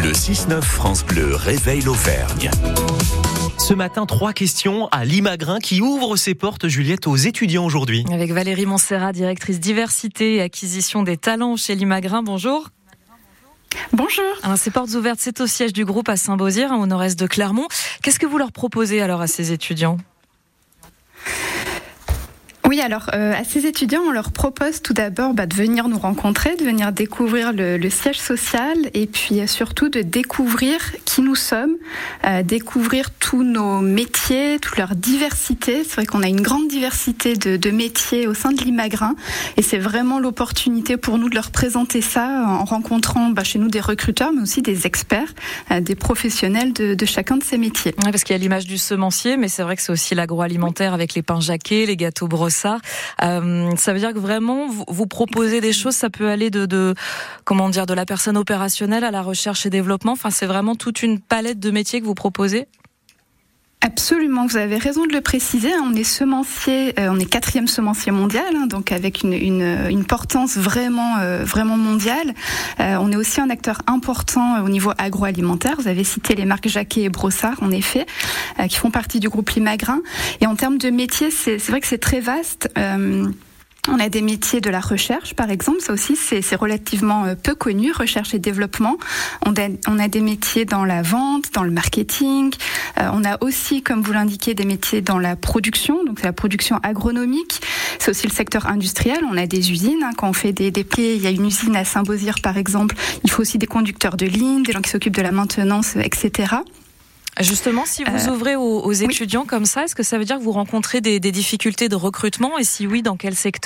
Le 6-9 France Bleu réveille l'Auvergne. Ce matin, 3 questions à Limagrin qui ouvre ses portes, Juliette, aux étudiants aujourd'hui. Avec Valérie Montserrat, directrice diversité et acquisition des talents chez Limagrin. Bonjour. Bonjour. Alors, ces portes ouvertes, c'est au siège du groupe à Saint-Beauzire, au nord-est de Clermont. Qu'est-ce que vous leur proposez alors à ces étudiants ? Oui, alors à ces étudiants, on leur propose tout d'abord de venir nous rencontrer, de venir découvrir le siège social et puis surtout de découvrir qui nous sommes, découvrir tous nos métiers, toute leur diversité. C'est vrai qu'on a une grande diversité de métiers au sein de Limagrin et c'est vraiment l'opportunité pour nous de leur présenter ça en rencontrant chez nous des recruteurs mais aussi des experts, des professionnels de chacun de ces métiers. Oui, parce qu'il y a l'image du semencier, mais c'est vrai que c'est aussi l'agroalimentaire avec les pains Jacquet, les gâteaux Brossard. Ça veut dire que vraiment vous proposez des choses, ça peut aller de la personne opérationnelle à la recherche et développement. Enfin, c'est vraiment toute une palette de métiers que vous proposez. Absolument, vous avez raison de le préciser. On est semencier, on est 4e semencier mondial, donc avec une portance vraiment mondiale. On est aussi un acteur important au niveau agroalimentaire. Vous avez cité les marques Jacquet et Brossard, en effet, qui font partie du groupe Limagrin. Et en termes de métiers, c'est vrai que c'est très vaste. On a des métiers de la recherche, par exemple. Ça aussi, c'est relativement peu connu, recherche et développement. On a des métiers dans la vente, dans le marketing. On a aussi, comme vous l'indiquez, des métiers dans la production, donc la production agronomique. C'est aussi le secteur industriel. On a des usines. Quand on fait des pieds, il y a une usine à Saint-Beauzire, par exemple. Il faut aussi des conducteurs de ligne, des gens qui s'occupent de la maintenance, etc. Justement, si vous ouvrez aux étudiants comme ça, est-ce que ça veut dire que vous rencontrez des difficultés de recrutement ? Et si oui, dans quel secteur ?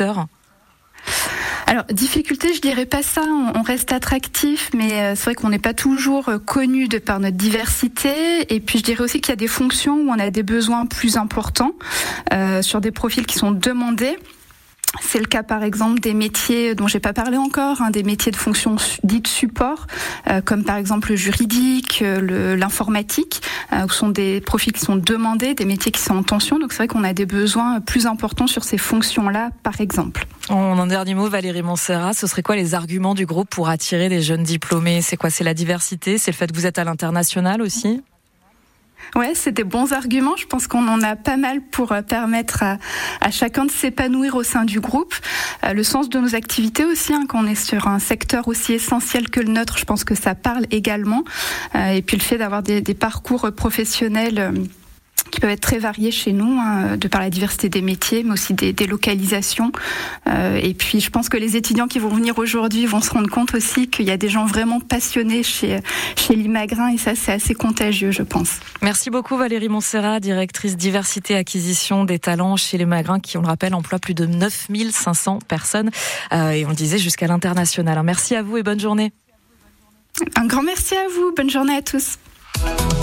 Alors, difficulté, je dirais pas ça. On reste attractif, mais c'est vrai qu'on n'est pas toujours connu de par notre diversité. Et puis, je dirais aussi qu'il y a des fonctions où on a des besoins plus importants sur des profils qui sont demandés. C'est le cas par exemple des métiers dont j'ai pas parlé encore, des métiers de fonction dites support, comme par exemple le juridique, l'informatique, où sont des profils qui sont demandés, des métiers qui sont en tension. Donc c'est vrai qu'on a des besoins plus importants sur ces fonctions-là, par exemple. En dernier mot, Valérie Montserrat, ce serait quoi les arguments du groupe pour attirer des jeunes diplômés ? C'est quoi ? C'est la diversité ? C'est le fait que vous êtes à l'international aussi ? Ouais, c'est des bons arguments. Je pense qu'on en a pas mal pour permettre à chacun de s'épanouir au sein du groupe. Le sens de nos activités aussi, quand on est sur un secteur aussi essentiel que le nôtre, je pense que ça parle également. Et puis le fait d'avoir des parcours professionnels qui peuvent être très variés chez nous, de par la diversité des métiers, mais aussi des localisations. Et puis, je pense que les étudiants qui vont venir aujourd'hui vont se rendre compte aussi qu'il y a des gens vraiment passionnés chez Limagrin, et ça, c'est assez contagieux, je pense. Merci beaucoup Valérie Montserrat, directrice diversité acquisition des talents chez Limagrin, qui, on le rappelle, emploie plus de 9500 personnes, et on le disait jusqu'à l'international. Merci à vous et bonne journée. Un grand merci à vous, bonne journée à tous.